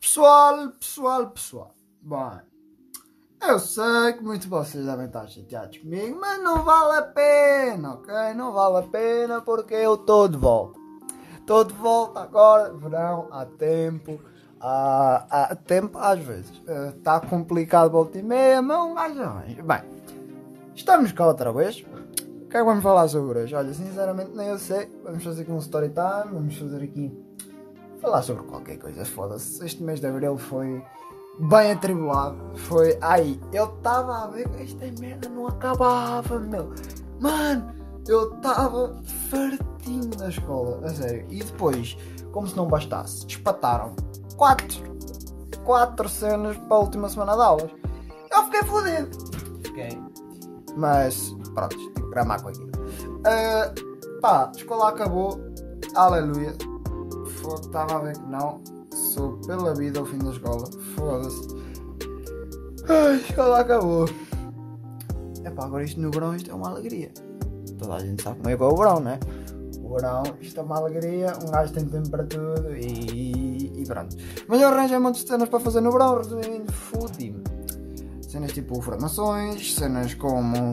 Pessoal. Bom, eu sei que muitos de vocês devem estar chateados comigo, mas não vale a pena, ok? Não vale a pena porque eu estou de volta. Estou de volta agora, verão, há tempo. Há tempo às vezes. Está complicado volta e meia, mas um gajo arranja. Bem, estamos cá outra vez. O que é que vamos falar sobre hoje? Olha, sinceramente nem eu sei. Vamos fazer aqui um story time, vamos fazer aqui... falar sobre qualquer coisa, foda-se. Este mês de abril foi bem atribulado. Foi... Ai, eu estava a ver que esta merda não acabava, meu. Mano, eu estava fartinho da escola, a sério. E depois, como se não bastasse, espataram quatro cenas para a última semana de aulas. Eu fiquei fodido. Fiquei. Mas, pronto, tive que gramar com aquilo. A escola acabou. Aleluia. Estava a ver que não. Sou pela vida ao fim da escola. Foda-se. A escola acabou. Agora isto no verão, isto é uma alegria. Toda a gente sabe como é que é o verão, né? O verão, isto é uma alegria. Um gajo tem tempo para tudo e pronto. Mas eu arranjei muitas cenas para fazer no verão. Resumindo, fudi-me. Cenas tipo formações, cenas como...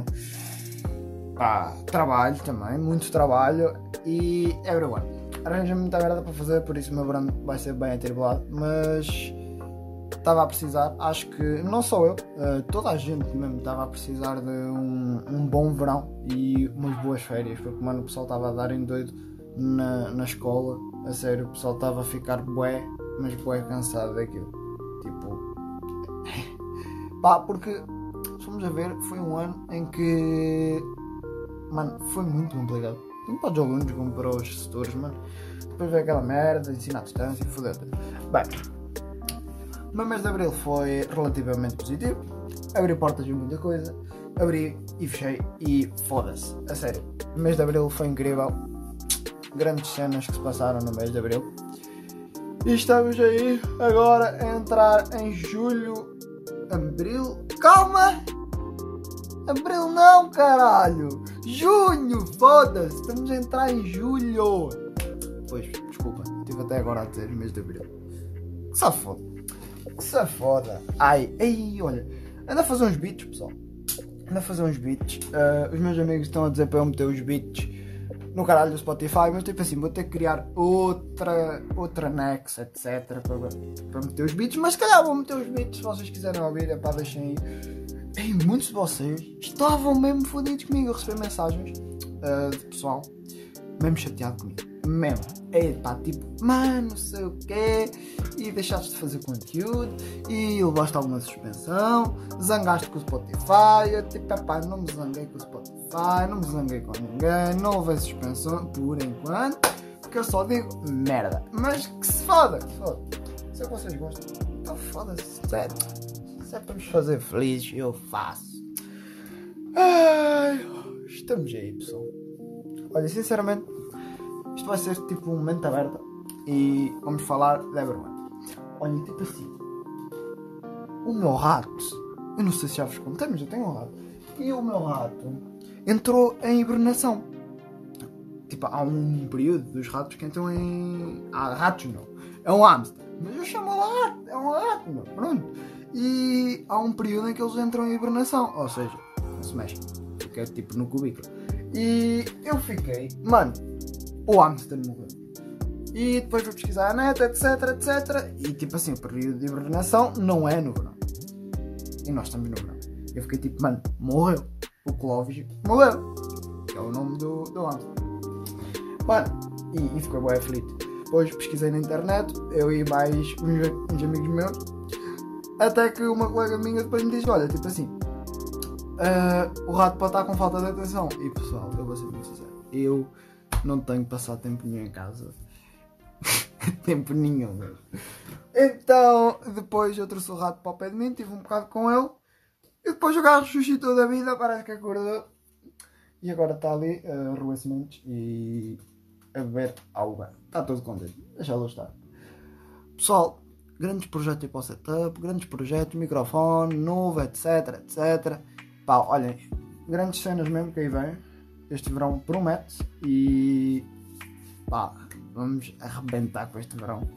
trabalho também. Muito trabalho. E everyone. Arranjo-me muita merda para fazer, por isso o meu verão vai ser bem atribulado, mas estava a precisar, acho que não só eu, toda a gente mesmo estava a precisar de um bom verão e umas boas férias, porque mano, o pessoal estava a dar em doido na escola, a sério, o pessoal estava a ficar bué cansado daquilo, tipo, porque se formos a ver, foi um ano em que, mano, foi muito complicado. Tanto para os alunos como para os setores, mano. Depois veio aquela merda, ensino à distância e fodeu-te. Bem, o meu mês de abril foi relativamente positivo. Abri portas de muita coisa. Abri e fechei e foda-se. A sério, o mês de abril foi incrível. Grandes cenas que se passaram no mês de abril. E estamos aí agora a entrar em julho. Abril. Calma! Abril não, caralho! Junho, foda-se! Estamos a entrar em julho! Pois, desculpa, estive até agora a dizer mês de abril. Que safoda! Ai, olha, anda a fazer uns beats, pessoal. Os meus amigos estão a dizer para eu meter os beats no caralho do Spotify, mas tipo assim, vou ter que criar outra Nex, etc. para meter os beats, mas se calhar vou meter os beats se vocês quiserem ouvir, deixem aí. Muitos de vocês estavam mesmo fodidos comigo. Eu recebi mensagens de pessoal mesmo chateado comigo. Mesmo. Tipo, mano, não sei o quê. E deixaste de fazer conteúdo. E levaste alguma suspensão. Zangaste com o Spotify. Eu tipo, não me zanguei com o Spotify. Não me zanguei com ninguém. Não houve suspensão por enquanto. Porque eu só digo merda. Mas que se foda. Se é que vocês gostam, então foda-se. Sério. Se é para nos fazer felizes, eu faço. Estamos aí, pessoal. Olha, sinceramente, isto vai ser tipo um mente aberta e vamos falar de everyone. Olha, tipo assim, o meu rato, eu não sei se já vos contei, mas eu tenho um rato. E o meu rato entrou em hibernação. Tipo, há um período dos ratos que entram em... ratos não. É um hamster. Mas eu chamo-lo rato. É um rato, meu. Pronto. E há um período em que eles entram em hibernação, ou seja, não se mexem, fica tipo no cubículo. E eu fiquei, mano, o hamster morreu. E depois vou pesquisar a net, etc. E tipo assim, o período de hibernação não é no verão. E nós estamos no verão. Eu fiquei tipo, mano, morreu. O Clóvis morreu. Que é o nome do hamster. Mano, e fiquei bem aflito. Depois pesquisei na internet, eu e mais uns amigos meus. Até que uma colega minha depois me disse, olha, tipo assim, o rato pode estar com falta de atenção. E pessoal, eu vou ser muito sincero, eu não tenho que passar tempo nenhum em casa. Tempo nenhum mesmo. Então, depois eu trouxe o rato para o pé de mim, tive um bocado com ele. E depois o gajo ressuscitou da vida, parece que acordou. E agora está ali a roer sementes e a beber água. Está todo contente, deixa-lo estar. Pessoal, grandes projetos aí para o setup, grandes projetos, microfone, novo, etc. Olhem, grandes cenas mesmo que aí vem. Este verão promete e vamos arrebentar com este verão.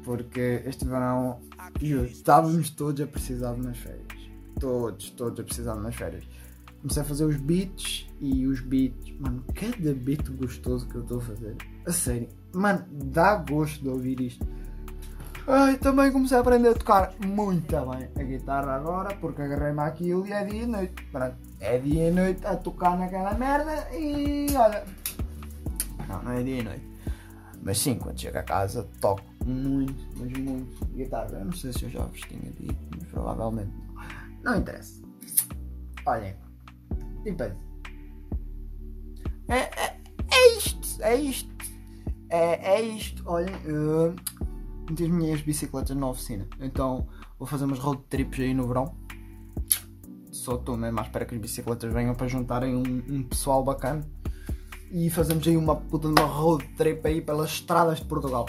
porque este verão estávamos todos a precisar de umas férias. Todos a precisar de umas férias. Comecei a fazer os beats e os beats, mano, cada beat gostoso que eu estou a fazer. A sério, mano, dá gosto de ouvir isto. Ai, também comecei a aprender a tocar muito bem a guitarra agora, porque agarrei-me àquilo e é dia e noite. Pronto, é dia e noite a tocar naquela merda e olha. Não é dia e noite. Mas sim, quando chego a casa toco muito, mas muito guitarra. Eu não sei se eu já vos tinha dito, mas provavelmente não interessa. Olhem, e pensa. É isto. Olhem, meti as minhas bicicletas na oficina. Então vou fazer umas road trips aí no verão. Só estou mesmo à espera que as bicicletas venham para juntarem um pessoal bacana. E fazemos aí uma puta de uma road trip aí pelas estradas de Portugal.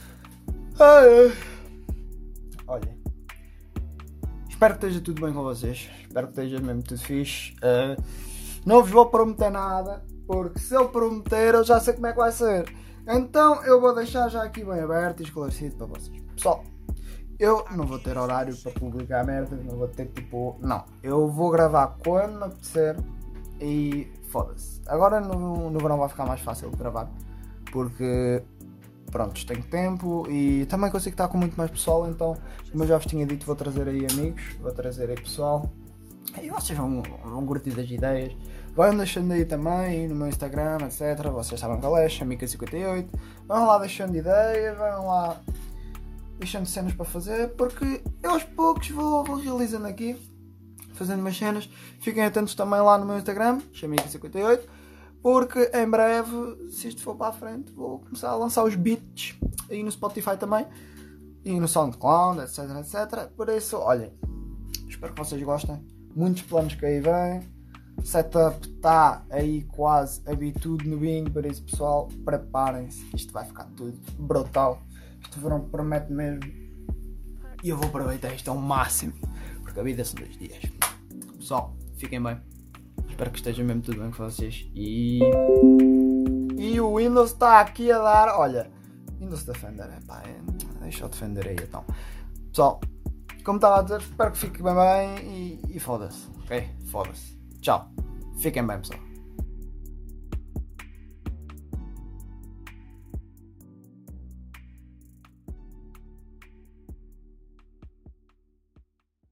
Olha, espero que esteja tudo bem com vocês. Espero que esteja mesmo tudo fixe. Não vos vou prometer nada, porque se eu prometer eu já sei como é que vai ser. Então eu vou deixar já aqui bem aberto e esclarecido para vocês. Pessoal, eu não vou ter horário para publicar merda, não vou ter tipo... Não, eu vou gravar quando me apetecer e foda-se. Agora no verão vai ficar mais fácil de gravar, porque pronto, tenho tempo e também consigo estar com muito mais pessoal. Então, como eu já vos tinha dito, vou trazer aí amigos, vou trazer aí pessoal e vocês vão curtir das ideias. Vão deixando aí também no meu Instagram, etc. Vocês sabem qual é, Chamica58. Vão lá deixando ideias, vão lá deixando cenas para fazer, porque eu aos poucos vou realizando aqui, fazendo umas cenas. Fiquem atentos também lá no meu Instagram, Chamica58, porque em breve, se isto for para a frente, vou começar a lançar os beats aí no Spotify também e no SoundCloud, etc, etc. Por isso, olhem, espero que vocês gostem. Muitos planos que aí vêm. Setup está aí quase a vir tudo no bingo, por isso pessoal, preparem-se, isto vai ficar tudo brutal. Este verão promete mesmo e eu vou aproveitar isto ao máximo, porque a vida são 2 dias. Pessoal, fiquem bem, espero que esteja mesmo tudo bem com vocês e o Windows está aqui a dar, olha, Windows Defender, deixa eu defender aí então. Pessoal, como estava a dizer, espero que fiquem bem e foda-se, ok? Foda-se. Tchau. Fiquem bem, pessoal.